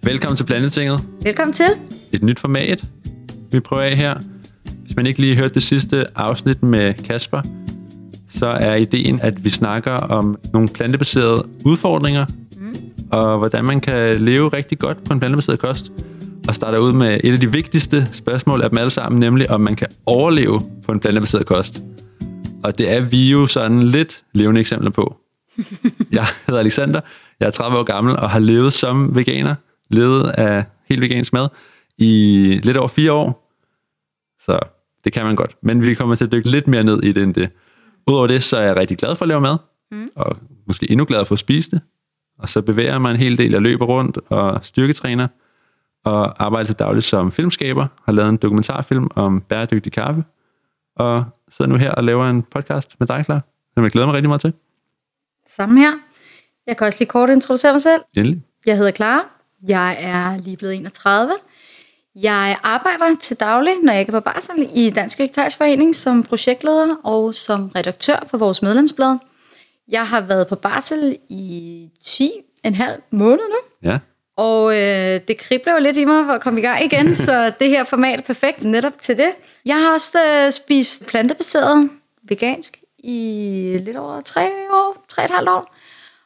Velkommen til Plantetinget. Velkommen til. Et nyt format, vi prøver af her. Hvis man ikke lige hørte det sidste afsnit med Kasper, så er ideen, at vi snakker om nogle plantebaserede udfordringer, og hvordan man kan leve rigtig godt på en plantebaseret kost. Og starter ud med et af de vigtigste spørgsmål af dem alle sammen, nemlig om man kan overleve på en plantebaseret kost. Og det er vi jo sådan lidt levende eksempler på. Jeg hedder Alexander, jeg er 30 år gammel og har levet som veganer, levet af helt vegansk mad i lidt over 4 år. Så det kan man godt. Men vi kommer til at dykke lidt mere ned i det end det. Udover det, så er jeg rigtig glad for at lave mad, og måske endnu gladere for at spise det. Og så bevæger jeg mig en hel del. Jeg løber rundt og styrketræner, og arbejder til dagligt som filmskaber. Har lavet en dokumentarfilm om bæredygtig kaffe, og sidder nu her og laver en podcast med dig, Clara, som jeg glæder mig rigtig meget til. Samme her. Jeg kan også lige kort introducere mig selv. Endelig. Jeg hedder Clara. Jeg er lige blevet 31. Jeg arbejder til daglig, når jeg ikke er på barsel, i Dansk Vegetarisk Forening som projektleder og som redaktør for vores medlemsblad. Jeg har været på barsel i 10,5 måneder nu. Ja. Og det kribler jo lidt i mig for at komme i gang igen, så det her format er perfekt netop til det. Jeg har også spist plantebaseret vegansk i lidt over 3,5 år,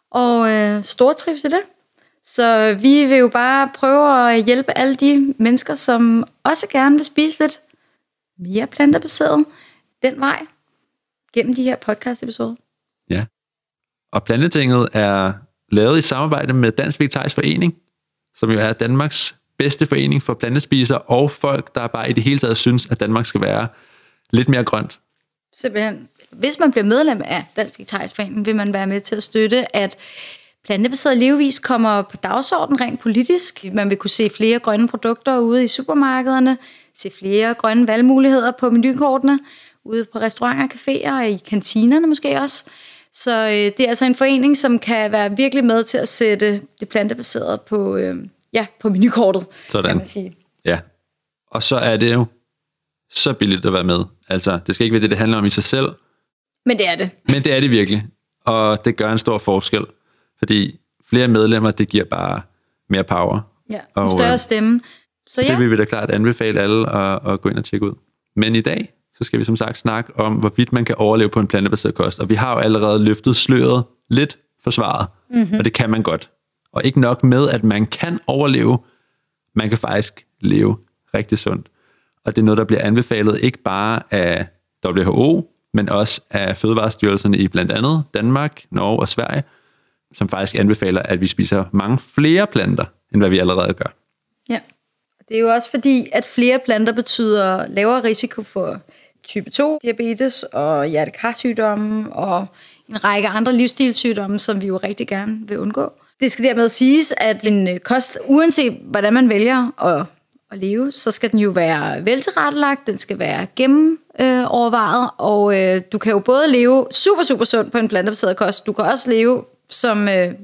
og stortrives i det. Så vi vil jo bare prøve at hjælpe alle de mennesker, som også gerne vil spise lidt mere plantebaseret den vej, gennem de her podcast-episoder. Ja. Og Plantetinget er lavet i samarbejde med Dansk Vegetarisk Forening, som jo er Danmarks bedste forening for plantespisere og folk, der bare i det hele taget synes, at Danmark skal være lidt mere grønt. Simpelthen. Hvis man bliver medlem af Dansk Vegetarisk Forening, vil man være med til at støtte, at plantebaseret levevis kommer på dagsordenen rent politisk. Man vil kunne se flere grønne produkter ude i supermarkederne, se flere grønne valgmuligheder på menukortene, ude på restauranter og caféer, og i kantinerne måske også. Så det er altså en forening, som kan være virkelig med til at sætte det plantebaserede på menukortet, sådan. Kan man sige. Ja, og så er det jo så billigt at være med. Altså, det skal ikke være det handler om i sig selv. Men det er det. Men det er det virkelig, og det gør en stor forskel, fordi flere medlemmer, det giver bare mere power. Ja, en større stemme. Så ja. Det vil vi da klart anbefale alle at gå ind og tjekke ud. Men i dag, så skal vi som sagt snakke om, hvorvidt man kan overleve på en plantebaseret kost. Og vi har jo allerede løftet sløret lidt for svaret, og det kan man godt. Og ikke nok med, at man kan overleve, man kan faktisk leve rigtig sundt. Og det er noget, der bliver anbefalet ikke bare af WHO, men også af fødevarestyrelserne i blandt andet Danmark, Norge og Sverige, som faktisk anbefaler, at vi spiser mange flere planter, end hvad vi allerede gør. Ja, det er jo også fordi, at flere planter betyder lavere risiko for type 2-diabetes og hjertekarsygdomme og en række andre livsstilssygdomme, som vi jo rigtig gerne vil undgå. Det skal dermed siges, at en kost, uanset hvordan man vælger at leve, så skal den jo være veltilrettelagt, den skal være gennemovervejet, og du kan jo både leve super, super sundt på en plantebaseret kost, du kan også leve som,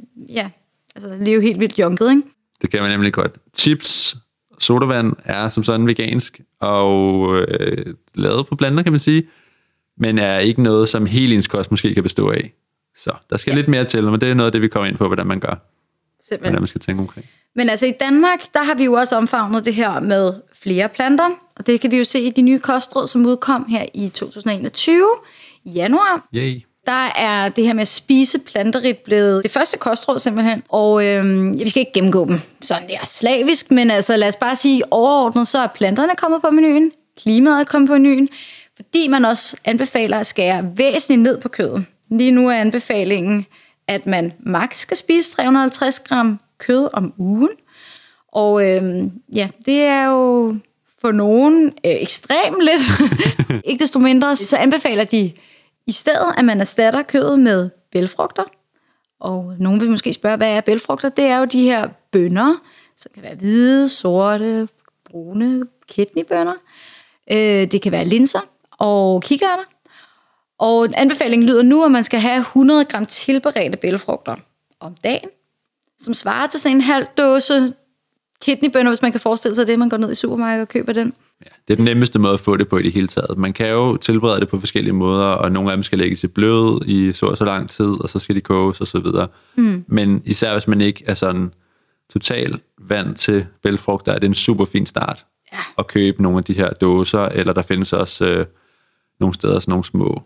leve helt vildt junket, ikke? Det kan man nemlig godt. Chips, sodavand er som sådan vegansk, og lavet på planter, kan man sige, men er ikke noget, som hele ens kost måske kan bestå af. Så der skal lidt mere til, men det er noget af det, vi kommer ind på, hvordan man gør. Simpelthen. Hvordan man skal tænke omkring. Men altså i Danmark, der har vi jo også omfavnet det her med flere planter, og det kan vi jo se i de nye kostråd, som udkom her i 2021 i januar. Yay. Der er det her med at spise planterigt blevet det første kostråd simpelthen, og vi skal ikke gennemgå dem sådan der slavisk, men altså lad os bare sige overordnet, så er planterne kommet på menuen, klimaet er kommet på menuen, fordi man også anbefaler at skære væsentligt ned på kødet. Lige nu er anbefalingen, at man maks skal spise 350 gram kød om ugen, og det er jo for nogen ekstremt lidt. Ikke desto mindre, så anbefaler de i stedet, at man erstatter kødet med bælgfrugter. Og nogen vil måske spørge, hvad er bælgfrugter? Det er jo de her bønner, som kan være hvide, sorte, brune kidneybønner. Det kan være linser og kikærter. Og anbefalingen lyder nu, at man skal have 100 gram tilberedte bælgfrugter om dagen, som svarer til sådan en halv dåse kidneybønner, hvis man kan forestille sig det, man går ned i supermarkedet og køber den. Ja, det er den nemmeste måde at få det på i det hele taget. Man kan jo tilberede det på forskellige måder, og nogle af dem skal lægges i blød i så lang tid, og så skal de koges og så videre. Men især hvis man ikke er sådan totalt vant til bælgfrugter, er det en super fin start at købe nogle af de her dåser, eller der findes også nogle steder sådan nogle små,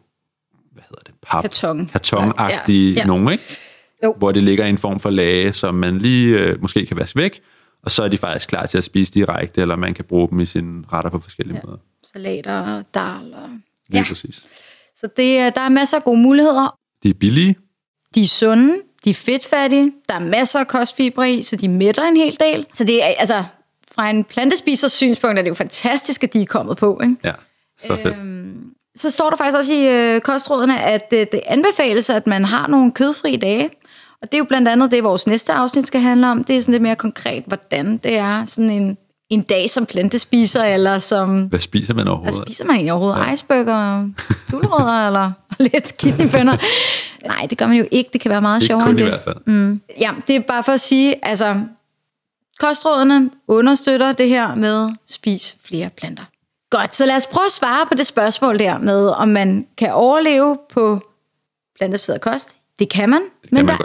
kartonagtige nogle, ikke? Jo. Hvor det ligger i en form for lage, som man lige måske kan vaske væk, og så er de faktisk klar til at spise direkte, eller man kan bruge dem i sine retter på forskellige måder. Salater og dal. Lige præcis. Så der er masser af gode muligheder. De er billige. De er sunde, de er fedtfattige, der er masser af kostfibre i, så de mætter en hel del. Så det er altså, fra en plantespisers synspunkt, er det jo fantastisk, at de er kommet på, ikke? Ja, så fedt. Så står der faktisk også i kostrådene, at det anbefales, at man har nogle kødfrie dage. Og det er jo blandt andet det, vores næste afsnit skal handle om. Det er sådan lidt mere konkret, hvordan det er sådan en dag som plantespiser, eller som... Hvad spiser man overhovedet? Hvad spiser man egentlig overhovedet? Ja. Iceburger, gulerødder, eller lidt kidneybønner? Nej, det gør man jo ikke. Det kan være meget sjovere end det. Ikke kun i hvert fald. Ja, det er bare for at sige, altså, kostrådene understøtter det her med spis flere planter. Godt, så lad os prøve at svare på det spørgsmål der med, om man kan overleve på plantebaseret kost. Det kan man, men der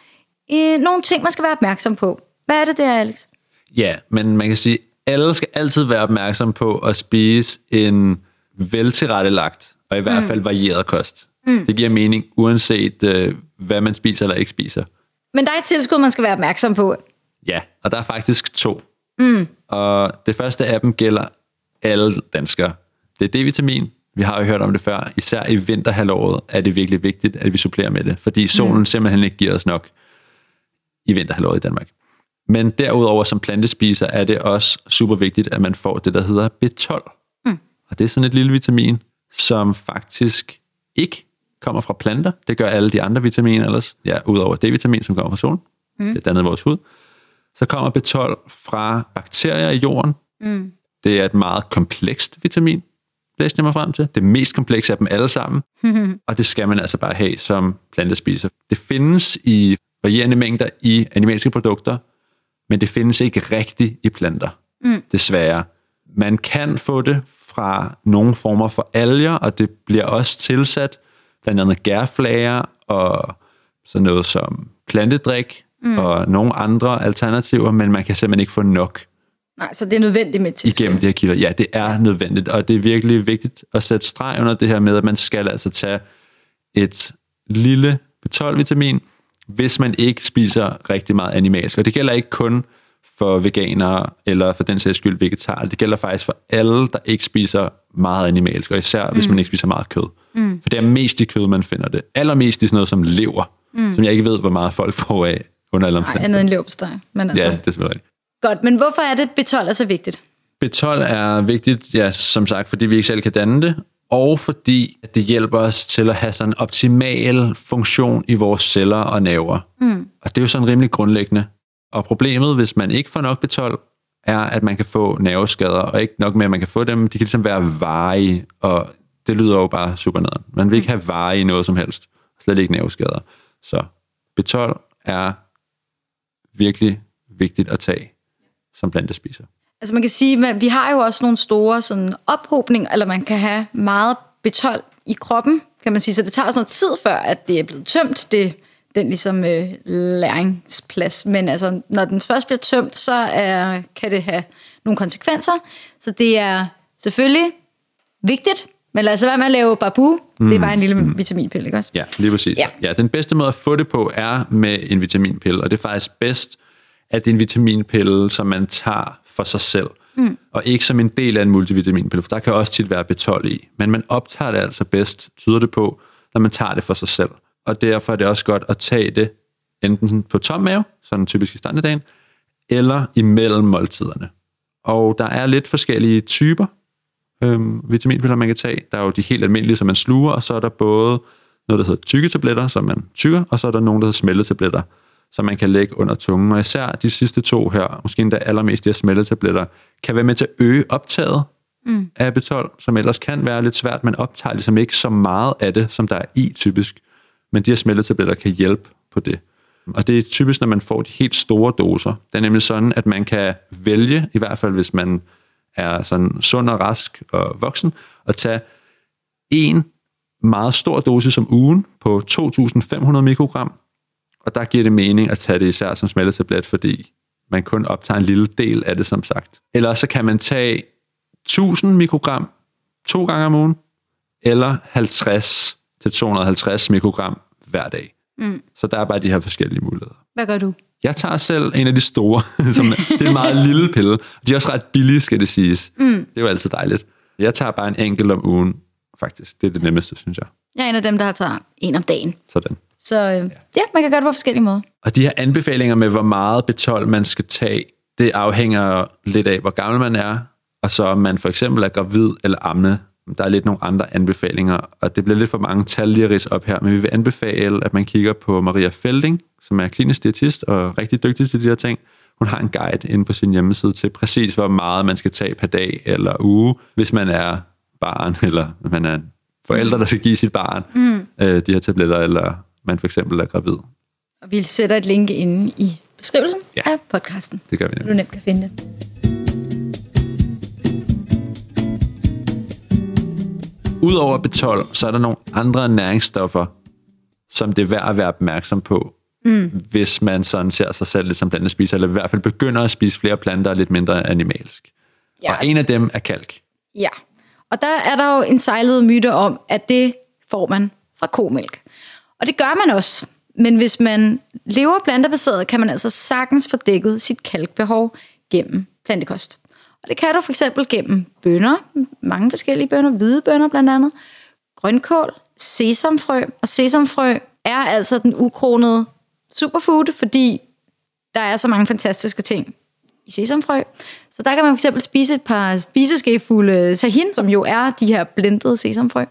er nogle ting, man skal være opmærksom på. Hvad er det der, Alex? Ja, men man kan sige, at alle skal altid være opmærksom på at spise en veltilrettelagt og i hvert fald varieret kost. Det giver mening, uanset hvad man spiser eller ikke spiser. Men der er et tilskud, man skal være opmærksom på. Ja, og der er faktisk 2. Og det første af dem gælder alle danskere. Det er D-vitamin. Vi har jo hørt om det før. Især i vinterhalvåret er det virkelig vigtigt, at vi supplerer med det, fordi solen simpelthen ikke giver os nok i vinterhalvåret i Danmark. Men derudover som plantespiser er det også super vigtigt, at man får det, der hedder B12. Og det er sådan et lille vitamin, som faktisk ikke kommer fra planter. Det gør alle de andre vitaminer ellers. Ja, udover D-vitamin, som kommer fra solen. Det er dannet vores hud. Så kommer B12 fra bakterier i jorden. Det er et meget komplekst vitamin, læste jeg mig frem til. Det mest komplekse af dem alle sammen. Og det skal man altså bare have som plantespiser. Det findes i varierende mængder i animalske produkter, men det findes ikke rigtigt i planter. Desværre. Man kan få det fra nogle former for alger, og det bliver også tilsat blandt andet gærflager og sådan noget som plantedrik og nogle andre alternativer, men man kan simpelthen ikke få nok. Nej, så det er nødvendigt med tilskud. Igennem de her kilder. Ja, det er nødvendigt, og det er virkelig vigtigt at sætte streg under det her med, at man skal altså tage et lille B12-vitamin, hvis man ikke spiser rigtig meget animalsk. Og det gælder ikke kun for veganere, eller for den sags skyld vegetarer. Det gælder faktisk for alle, der ikke spiser meget animalsk, og især hvis man ikke spiser meget kød. For det er mest i kød, man finder det. Allermest i sådan noget som lever, som jeg ikke ved, hvor meget folk får af under alle omstændigheder. Nej, andet end leverpostej. Men altså... Ja, det er selvfølgelig rigtigt. Godt, men hvorfor er det, B12 er så vigtigt? B12 er vigtigt, ja, som sagt, fordi vi ikke selv kan danne det, og fordi det hjælper os til at have sådan en optimal funktion i vores celler og nerver. Og det er jo sådan rimelig grundlæggende. Og problemet, hvis man ikke får nok B12, er, at man kan få nerveskader, og ikke nok med, at man kan få dem, de kan ligesom være varige, og det lyder jo bare super nederen. Man vil ikke have varige noget som helst, slet ikke nerveskader. Så B12 er virkelig vigtigt at tage som plantespiser. Altså man kan sige, at vi har jo også nogle store sådan ophobninger, eller man kan have meget B12 i kroppen, kan man sige, så det tager også noget tid før, at det er blevet tømt, den ligesom læringsplads. Men altså, når den først bliver tømt, så kan det have nogle konsekvenser. Så det er selvfølgelig vigtigt, men lad os være med at lave babu. Det er bare en lille vitaminpille, ikke også? Ja, lige præcis. Ja, den bedste måde at få det på er med en vitaminpille, og det er faktisk bedst, at det er en vitaminpille, som man tager for sig selv, og ikke som en del af en multivitaminpille, for der kan også tit være B12 i. Men man optager det altså bedst, tyder det på, når man tager det for sig selv. Og derfor er det også godt at tage det enten på tom mave, sådan typisk i standarddagen, eller imellem måltiderne. Og der er lidt forskellige typer vitaminpiller, man kan tage. Der er jo de helt almindelige, som man sluger, og så er der både noget, der hedder tykketabletter, som man tykker, og så er der nogle, der hedder smeltetabletter, som man kan lægge under tungen. Og især de sidste 2 her, måske endda allermest de her smeltetabletter, kan være med til at øge optaget af B12, som ellers kan være lidt svært, men optager ligesom ikke så meget af det, som der er i typisk. Men de her smeltetabletter kan hjælpe på det. Og det er typisk, når man får de helt store doser. Det er nemlig sådan, at man kan vælge, i hvert fald hvis man er sådan sund og rask og voksen, at tage en meget stor dosis om ugen på 2.500 mikrogram. Og der giver det mening at tage det især som smeltetablet, fordi man kun optager en lille del af det, som sagt. Eller så kan man tage 1000 mikrogram 2 gange om ugen, eller 50-250 mikrogram hver dag. Så der er bare de her forskellige muligheder. Hvad gør du? Jeg tager selv en af de store, det er en meget lille pille. De er også ret billige, skal det siges. Det er jo altid dejligt. Jeg tager bare en enkelt om ugen, faktisk. Det er det nemmeste, synes jeg. Jeg er en af dem, der tager en om dagen. Sådan. Så ja, man kan gøre det på forskellige måder. Og de her anbefalinger med, hvor meget B12 man skal tage, det afhænger lidt af, hvor gammel man er, og så om man for eksempel er gravid eller ammende. Der er lidt nogle andre anbefalinger, og det bliver lidt for mange tal lige at ridse op her, men vi vil anbefale, at man kigger på Maria Felding, som er klinisk diætist og rigtig dygtig til de her ting. Hun har en guide inde på sin hjemmeside til præcis, hvor meget man skal tage per dag eller uge, hvis man er barn, eller man er en forælder, der skal give sit barn de her tabletter, eller man for eksempel er gravid. Og vi sætter et link inde i beskrivelsen af podcasten. Det gør vi så du nemt kan finde det. Udover B12, så er der nogle andre næringsstoffer, som det er værd at være opmærksom på, hvis man sådan ser sig selv lidt som plantespiser, eller i hvert fald begynder at spise flere planter og lidt mindre animalsk. Ja. Og en af dem er kalk. Ja, og der er der jo en sejlet myte om, at det får man fra komælk. Og det gør man også. Men hvis man lever plantebaseret, kan man altså sagtens få dækket sit kalkbehov gennem plantekost. Og det kan du for eksempel gennem bønner, mange forskellige bønner, hvide bønner blandt andet, grønkål, sesamfrø. Og sesamfrø er altså den ukronede superfood, fordi der er så mange fantastiske ting i sesamfrø. Så der kan man for eksempel spise et par spiseskefulde tahin, som jo er de her blendede sesamfrø.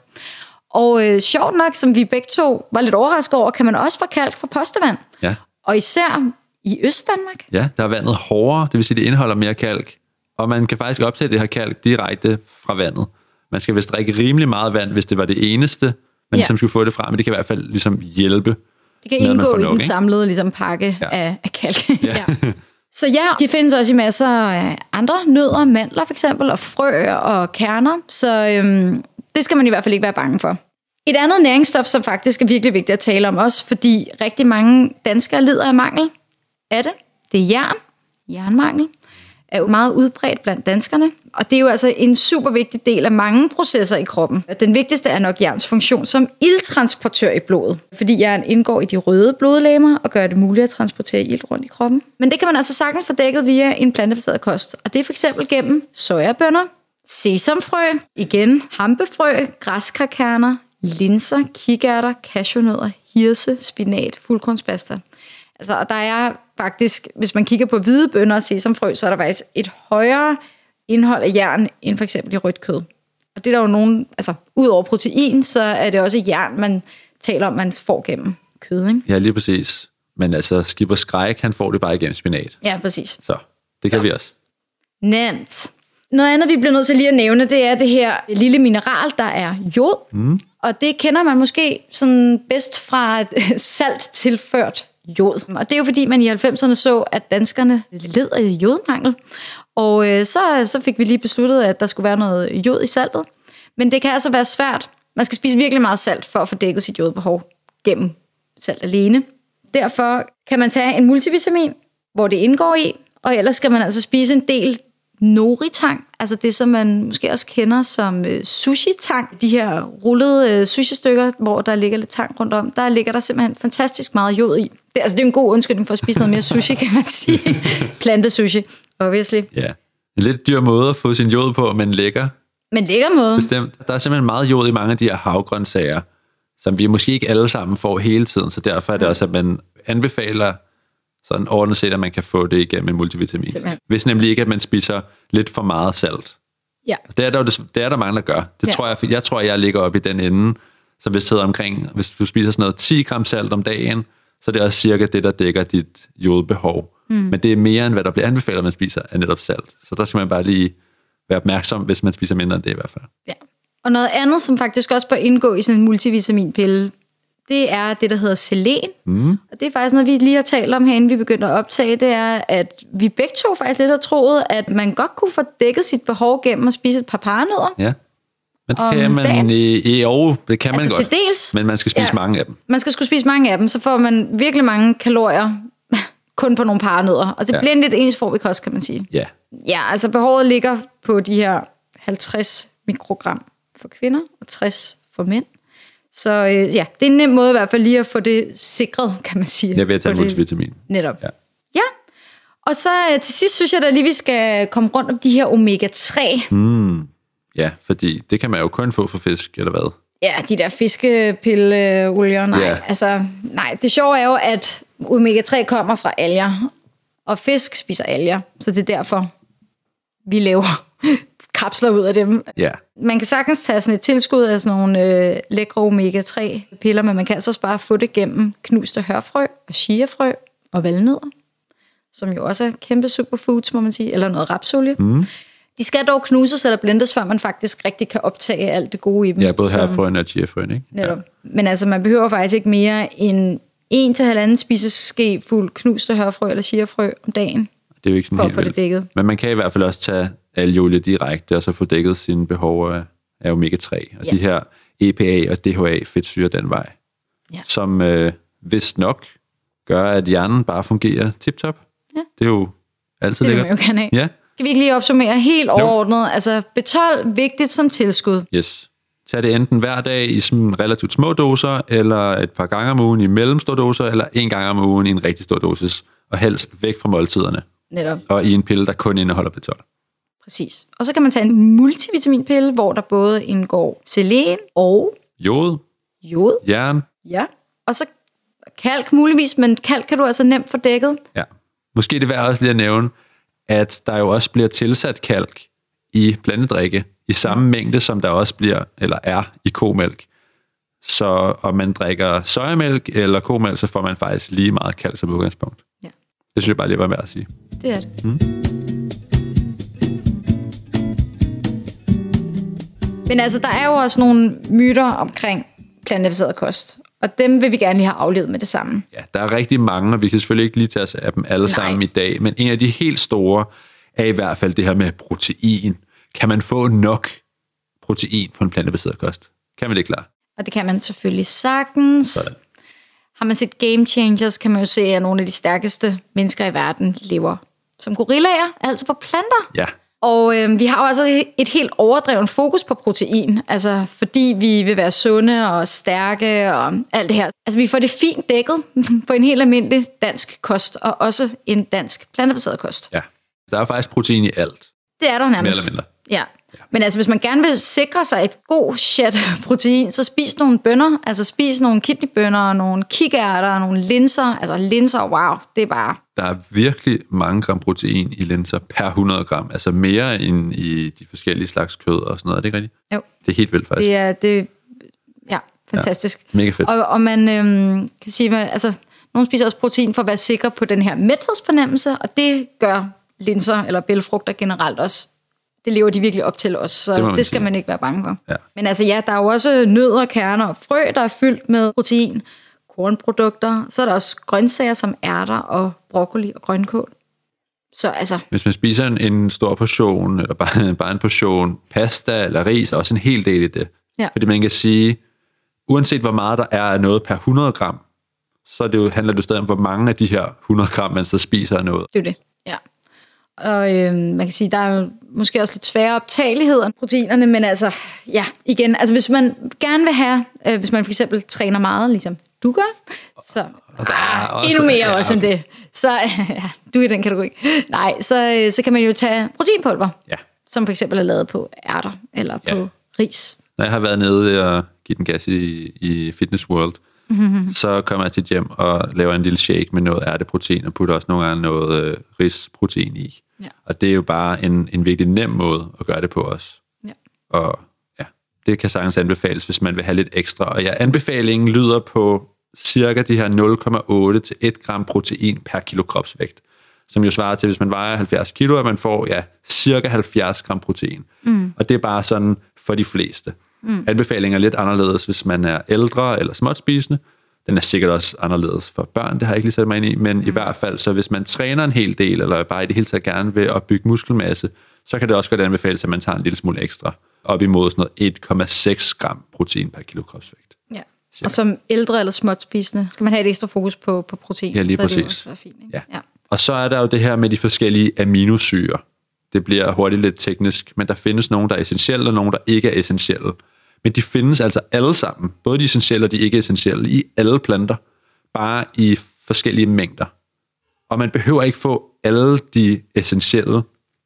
Og sjovt nok, som vi begge to var lidt overrasket over, kan man også få kalk fra postevand. Ja. Og især i Østdanmark. Ja, der er vandet hårdere, det vil sige, det indeholder mere kalk. Og man kan faktisk optage det her kalk direkte fra vandet. Man skal vist drikke rimelig meget vand, hvis det var det eneste, man ligesom skulle få det fra, men det kan i hvert fald ligesom hjælpe. Det kan indgå i den samlede ligesom, pakke af kalk. Ja. Så ja, de findes også i masser af andre nødder, mandler for eksempel, og frø og kerner, så det skal man i hvert fald ikke være bange for. Et andet næringsstof, som faktisk er virkelig vigtigt at tale om også, fordi rigtig mange danskere lider af mangel af det er jern. Jernmangel er jo meget udbredt blandt danskerne, og det er jo altså en super vigtig del af mange processer i kroppen. Den vigtigste er nok jerns funktion som ilttransportør i blodet, fordi jern indgår i de røde blodlegemer og gør det muligt at transportere ilt rundt i kroppen. Men det kan man altså sagtens få dækket via en plantebaseret kost, og det er for eksempel gennem sojabønner, sesamfrø, igen hampefrø, græskarkerner, linser, kikærter, cashewnødder, hirse, spinat, fuldkornspasta. Altså, og der er faktisk, hvis man kigger på hvide bønner og sesamfrø, så er der faktisk et højere indhold af jern end for eksempel i rødt kød. Og det er der jo nogen, altså ud over protein, så er det også jern, man taler om, man får gennem kød, ikke? Ja, lige præcis. Men altså, Skipper Skræk, han får det bare igennem spinat. Ja, præcis. Så det kan vi også. Nemt. Noget andet, vi bliver nødt til lige at nævne, det er det her lille mineral, der er jod. Og det kender man måske sådan bedst fra et salt tilført jod. Og det er jo fordi, man i 90'erne så, at danskerne led af jodmangel. Og så fik vi lige besluttet, at der skulle være noget jod i saltet. Men det kan altså være svært. Man skal spise virkelig meget salt for at få dækket sit jodbehov gennem salt alene. Derfor kan man tage en multivitamin, hvor det indgår i, og ellers skal man altså spise en del nori-tang, altså det, som man måske også kender som sushi-tang. De her rullede sushi-stykker, hvor der ligger lidt tang rundt om, der ligger der simpelthen fantastisk meget jod i. Det er en god undskyldning for at spise noget mere sushi, kan man sige. Plantesushi, obviously. Ja, en lidt dyr måde at få sin jod på, men lækker. Men lækker måde. Bestemt. Der er simpelthen meget jod i mange af de her havgrøntsager, som vi måske ikke alle sammen får hele tiden, så derfor er det også, at man anbefaler sådan ordnet set, at man kan få det igennem en multivitamin. Simpelthen. Hvis nemlig ikke, at man spiser lidt for meget salt. Ja. Det er der mange, der gør. Det tror jeg tror, jeg ligger op i den ende. Så hvis det omkring, hvis du spiser sådan noget 10 gram salt om dagen, så er det også cirka det, der dækker dit jodbehov. Men det er mere, end hvad der bliver anbefalet, at man spiser af netop salt. Så der skal man bare lige være opmærksom, hvis man spiser mindre end det i hvert fald. Ja. Og noget andet, som faktisk også bør indgå i sådan en multivitaminpille, det er det, der hedder selen. Og det er faktisk noget, vi lige har talt om herinde, vi begyndte at optage, det er, at vi begge to faktisk lidt har troet, at man godt kunne få dækket sit behov gennem at spise et par paranødder. Ja, men det kan man det kan man altså godt, til dels, men man skal spise mange af dem. Man skal spise mange af dem, så får man virkelig mange kalorier kun på nogle paranødder. Og det bliver en lidt ensformig kost, kan man sige. Ja. Ja, altså behovet ligger på de her 50 mikrogram for kvinder og 60 for mænd. Så det er en nem måde i hvert fald lige at få det sikret, kan man sige. Jeg vil tage multivitamin. Netop. Ja. Og så til sidst synes jeg da lige, vi skal komme rundt om de her omega-3. Ja, fordi det kan man jo kun få for fisk, eller hvad? Ja, de der fiskepilleolier, nej. Det sjove er jo, at omega-3 kommer fra alger, og fisk spiser alger, så det er derfor, vi laver kapsler ud af dem. Ja. Man kan sagtens tage sådan et tilskud af sådan nogle lækre omega-3-piller, men man kan altså bare få det gennem knuste hørfrø og chiafrø og valnødder, som jo også er kæmpe superfoods, må man sige, eller noget rapsolie. De skal dog knuses eller blendes, før man faktisk rigtig kan optage alt det gode i dem. Ja, både hørfrøen og chiafrøen, ikke? Netop. Ja. Men altså, man behøver faktisk ikke mere end 1-1,5 spiseske fuld knuste hørfrø eller chiafrø om dagen, det er jo ikke sådan for helt at få det dækket. Men man kan i hvert fald også tage algeolie direkte, og så få dækket sine behov af omega-3. Og de her EPA og DHA fedtsyre den vej, som vist nok gør, at hjernen bare fungerer tip-top. Ja. Det er jo altid lækkert. Det vil man jo gerne have. Ja. Kan vi ikke lige opsummere helt overordnet? Altså B12 vigtigt som tilskud. Yes. Tag det enten hver dag i sådan relativt små doser, eller et par gange om ugen i mellemstore doser, eller en gang om ugen i en rigtig stor dosis, og helst væk fra måltiderne. Netop. Og i en pille, der kun indeholder B12. Præcis. Og så kan man tage en multivitaminpille, hvor der både indgår selen og jod, jern. Ja. Og så kalk muligvis, men kalk kan du altså nemt få dækket. Ja. Måske er det værd også lige at nævne, at der jo også bliver tilsat kalk i blandedrikke i samme mængde, som der også bliver, eller er i komælk. Så om man drikker sojamælk eller komælk, så får man faktisk lige meget kalk som udgangspunkt. Ja. Det synes jeg bare lige var værd at sige. Det er det. Men altså, der er jo også nogle myter omkring plantebaseret kost, og dem vil vi gerne lige have aflevet med det samme. Ja, der er rigtig mange, og vi kan selvfølgelig ikke lige tage os af dem alle sammen i dag, men en af de helt store er i hvert fald det her med protein. Kan man få nok protein på en plantebaseret kost? Kan man det klare? Og det kan man selvfølgelig sagtens. Sådan. Har man set Game Changers, kan man jo se, at nogle af de stærkeste mennesker i verden lever som gorillaer, altså på planter. Ja. Og vi har jo altså et helt overdreven fokus på protein, altså fordi vi vil være sunde og stærke og alt det her. Altså vi får det fint dækket på en helt almindelig dansk kost, og også en dansk plantebaseret kost. Ja, der er faktisk protein i alt. Det er der nærmest. Mere eller mindre. Ja. Men altså, hvis man gerne vil sikre sig et god shit protein, så spis nogle bønner, altså spis nogle kidneybønner, nogle kikærter, nogle linser. Altså linser, wow, det er bare... Der er virkelig mange gram protein i linser per 100 gram, altså mere end i de forskellige slags kød og sådan noget, er det ikke rigtigt? Jo. Det er helt vildt faktisk. Det er fantastisk. Ja, mega fedt. Og man kan sige, altså, nogle spiser også protein for at være sikker på den her mæthedsfornemmelse, og det gør linser eller bælgfrugter generelt også. Det lever de virkelig op til os, så det skal man ikke være bange for. Ja. Men altså ja, der er jo også nødder, kerner og frø, der er fyldt med protein, kornprodukter, så er der også grøntsager som ærter og broccoli og grønkål. Så altså... Hvis man spiser en stor portion, eller bare en portion pasta eller ris, også en hel del i det. Ja. Fordi man kan sige, uanset hvor meget der er af noget per 100 gram, så handler det stadig om, hvor mange af de her 100 gram, man så spiser af noget. Det er det, ja. Og man kan sige, der er jo måske også lidt sværere optagelighed af proteinerne, men altså, ja, igen, altså hvis man gerne vil have, hvis man for eksempel træner meget, ligesom du gør, så endnu mere også end det. Så ja, du er i den kategori. Nej, så kan man jo tage proteinpulver, som for eksempel er lavet på ærter eller på ris. Når jeg har været nede og give den gas i Fitness World, så kommer jeg til hjem og laver en lille shake med noget ærteprotein og putter også nogle gange noget risprotein i. Ja. Og det er jo bare en virkelig nem måde at gøre det på os. Ja. Og ja, det kan sagtens anbefales, hvis man vil have lidt ekstra. Og ja, anbefalingen lyder på cirka de her 0,8 til 1 gram protein per kilo kropsvægt. Som jo svarer til, hvis man vejer 70 kilo, at man får cirka 70 gram protein. Og det er bare sådan for de fleste. Anbefalingen er lidt anderledes, hvis man er ældre eller småtspisende. Den er sikkert også anderledes for børn, det har jeg ikke lige sat mig ind i, men i hvert fald, så hvis man træner en hel del, eller bare i det hele taget gerne vil opbygge muskelmasse, så kan det også godt anbefales, at man tager en lille smule ekstra, op imod sådan noget 1,6 gram protein per kilo kropsvægt. Ja. Og som ældre eller småtspisende skal man have et ekstra fokus på protein. Ja, lige så præcis. det også fint, ikke? Ja. Og så er der jo det her med de forskellige aminosyrer. Det bliver hurtigt lidt teknisk, men der findes nogle, der er essentielle, og nogle, der ikke er essentielle. Men de findes altså alle sammen, både de essentielle og de ikke essentielle, i alle planter, bare i forskellige mængder. Og man behøver ikke få alle de essentielle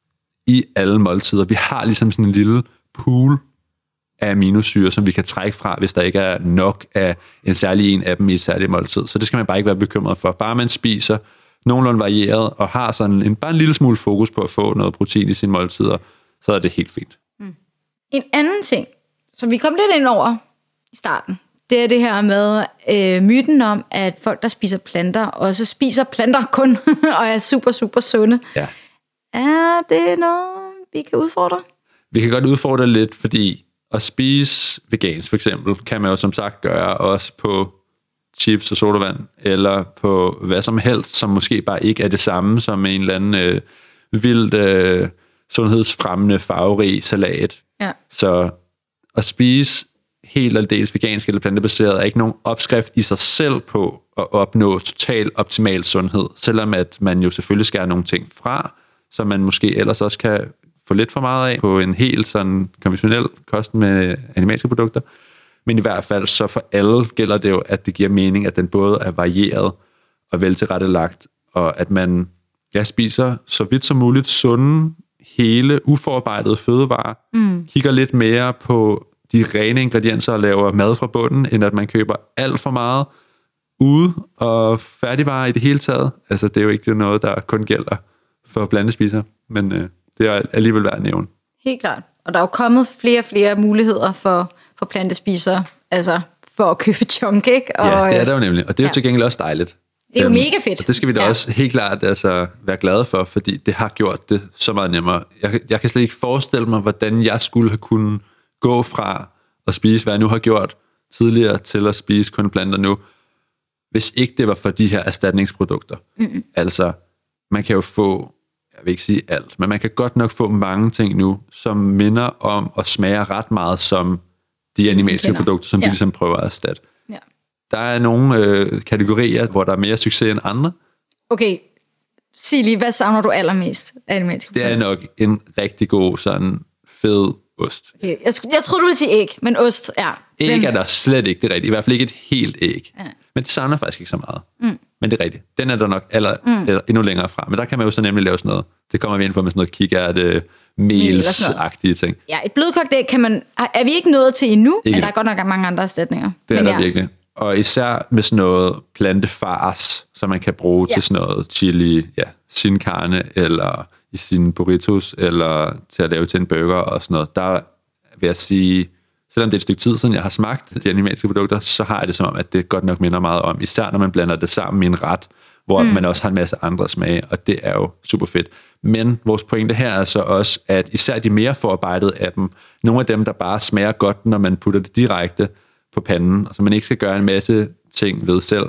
i alle måltider. Vi har ligesom sådan en lille pool af aminosyre, som vi kan trække fra, hvis der ikke er nok af en særlig en af dem i et særligt måltid. Så det skal man bare ikke være bekymret for. Bare man spiser nogenlunde varieret og har sådan bare en lille smule fokus på at få noget protein i sine måltider, så er det helt fint. En anden ting, som vi kom lidt ind over i starten, det er det her med myten om, at folk, der spiser planter, også spiser planter kun, og er super, super sunde. Ja. Er det noget, vi kan udfordre? Vi kan godt udfordre lidt, fordi at spise vegansk for eksempel, kan man jo som sagt gøre også på chips og sodavand, eller på hvad som helst, som måske bare ikke er det samme som en eller anden vildt sundhedsfremmende farverig salat. Ja. Så at spise helt eller dels vegansk eller plantebaseret er ikke nogen opskrift i sig selv på at opnå total optimal sundhed, selvom at man jo selvfølgelig skal have nogle ting fra, som man måske ellers også kan få lidt for meget af på en helt sådan konventionel kost med animalske produkter. Men i hvert fald så for alle gælder det jo, at det giver mening, at den både er varieret og veltilrettelagt, og at man spiser så vidt som muligt sunde, hele, uforarbejdede fødevarer, kigger lidt mere på de rene ingredienser og laver mad fra bunden, end at man køber alt for meget ude og færdigvarer i det hele taget. Altså det er jo ikke noget, der kun gælder for blandespisere, men det er alligevel værd at nævne. Helt klart. Og der er jo kommet flere og flere muligheder for plantespisere, altså for at købe junk, ikke? Og, ja, det er der jo nemlig, og det er jo til gengæld også dejligt. Det er jo mega fedt. Og det skal vi da også helt klart være glade for, fordi det har gjort det så meget nemmere. Jeg kan slet ikke forestille mig, hvordan jeg skulle have kunnet gå fra at spise, hvad jeg nu har gjort tidligere, til at spise kun planter nu, hvis ikke det var for de her erstatningsprodukter. Altså, man kan jo få, jeg vil ikke sige alt, men man kan godt nok få mange ting nu, som minder om og smager ret meget som de animalske produkter, som vi ligesom prøver at erstatte. Ja. Der er nogle kategorier, hvor der er mere succes end andre. Okay, sig lige, hvad savner du allermest af animalske produkter? Det er nok en rigtig god, sådan fed ost. Okay. Jeg troede, du ville sige æg, men ost, ja. Æg er der slet ikke det rigtige. I hvert fald ikke et helt æg. Ja. Men det savner faktisk ikke så meget. Men det er rigtigt. Den er der nok endnu længere fra. Men der kan man jo så nemlig lave sådan noget. Det kommer vi ind på med sådan noget kikærte, melsagtige ting. Ja, et blødkogt æg er vi ikke nået til endnu, ikke. Men der er godt nok mange andre erstatninger. Det er der virkelig. Og især med sådan noget plantefars, som man kan bruge til sådan noget chili, sin carne, eller i sine burritos, eller til at lave til en burger og sådan noget. Der vil jeg sige, selvom det er et stykke tid siden, jeg har smagt de animalske produkter, så har jeg det som om, at det godt nok minder meget om, især når man blander det sammen i en ret, hvor man også har en masse andre smage, og det er jo super fedt. Men vores pointe her er så også, at især de mere forarbejdede af dem, nogle af dem, der bare smager godt, når man putter det direkte på panden, og så man ikke skal gøre en masse ting ved selv,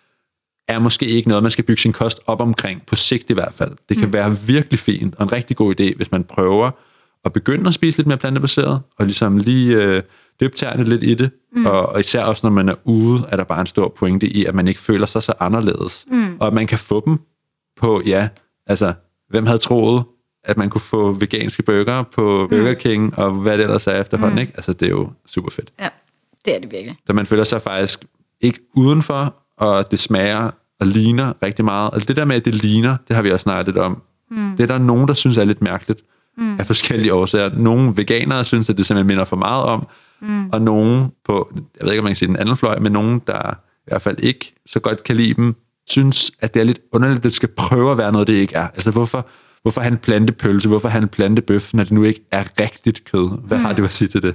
er måske ikke noget, man skal bygge sin kost op omkring, på sigt i hvert fald. Det kan være virkelig fint, og en rigtig god idé, hvis man prøver at begynde at spise lidt mere plantebaseret, og ligesom lige døbe tæerne lidt i det, og især også, når man er ude, er der bare en stor pointe i, at man ikke føler sig så anderledes, og at man kan få dem på, altså, hvem havde troet, at man kunne få veganske burger på Burger King, og hvad det ellers er efterhånden, ikke? Altså, det er jo super fedt. Ja, det er det virkelig. Så man føler sig faktisk ikke udenfor, og det smager og ligner rigtig meget. Og det der med, at det ligner, det har vi også snakket om. Det er der nogen, der synes er lidt mærkeligt, af forskellige årsager. Nogle veganere synes, at det simpelthen minder for meget om, og nogen på, jeg ved ikke, om man kan sige den anden fløj, men nogen, der i hvert fald ikke så godt kan lide dem, synes, at det er lidt underligt, at det skal prøve at være noget, det ikke er. Altså, hvorfor have en plantepølse? Hvorfor have en plantebøf, når det nu ikke er rigtigt kød? Hvad har du at sige til det?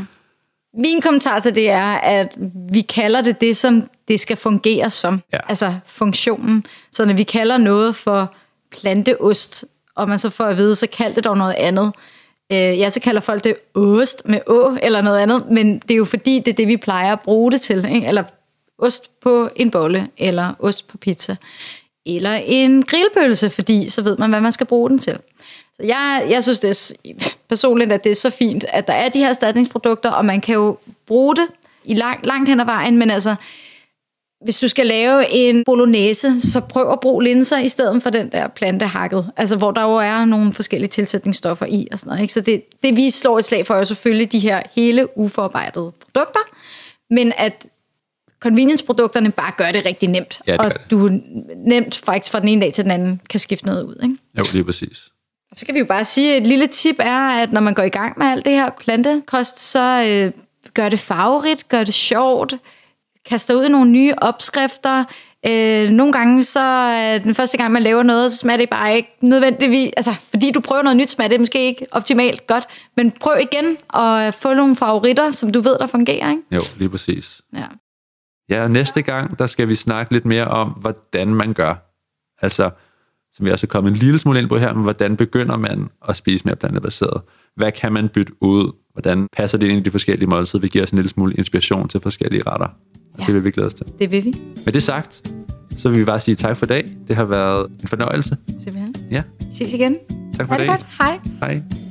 Min kommentar til det er, at vi kalder det, som det skal fungere som. Ja. Altså funktionen. Så når vi kalder noget for planteost, og man så får at vide, så kald det dog noget andet. Så kalder folk det ost med å eller noget andet, men det er jo fordi, det er det, vi plejer at bruge det til. Ikke? Eller ost på en bolle, eller ost på pizza, eller en grillpølse, fordi så ved man, hvad man skal bruge den til. Så jeg synes det er, personligt, at det er så fint, at der er de her erstatningsprodukter, og man kan jo bruge det i langt hen ad vejen, men altså, hvis du skal lave en bolognese, så prøv at bruge linser i stedet for den der plantehakket, altså hvor der jo er nogle forskellige tilsætningsstoffer i og sådan noget, ikke? Så det vi slår et slag for, er jo selvfølgelig de her hele uforarbejdede produkter, men at convenience-produkterne bare gør det rigtig nemt, og du nemt faktisk fra den ene dag til den anden kan skifte noget ud, ikke? Jo, lige præcis. Og så kan vi jo bare sige, at et lille tip er, at når man går i gang med alt det her plantekost, så gør det farverigt, gør det sjovt, kaster ud i nogle nye opskrifter. Nogle gange, så den første gang, man laver noget, så smager det bare ikke nødvendigvis. Altså, fordi du prøver noget nyt, smager det måske ikke optimalt godt. Men prøv igen at få nogle favoritter, som du ved, der fungerer, ikke? Jo, lige præcis. Ja. Ja, næste gang, der skal vi snakke lidt mere om, hvordan man gør. Altså, som vi også er kommet en lille smule ind på her, men hvordan begynder man at spise mere plantebaseret? Hvad kan man bytte ud? Hvordan passer det ind i de forskellige måltider? Vi giver os en lille smule inspiration til forskellige retter. Ja. Det vil vi glæde os til. Det vil vi. Med det sagt, så vil vi bare sige tak for i dag. Det har været en fornøjelse. Simpelthen. Ja. Vi ses igen. Tak for i dag. Godt. Hej. Hej.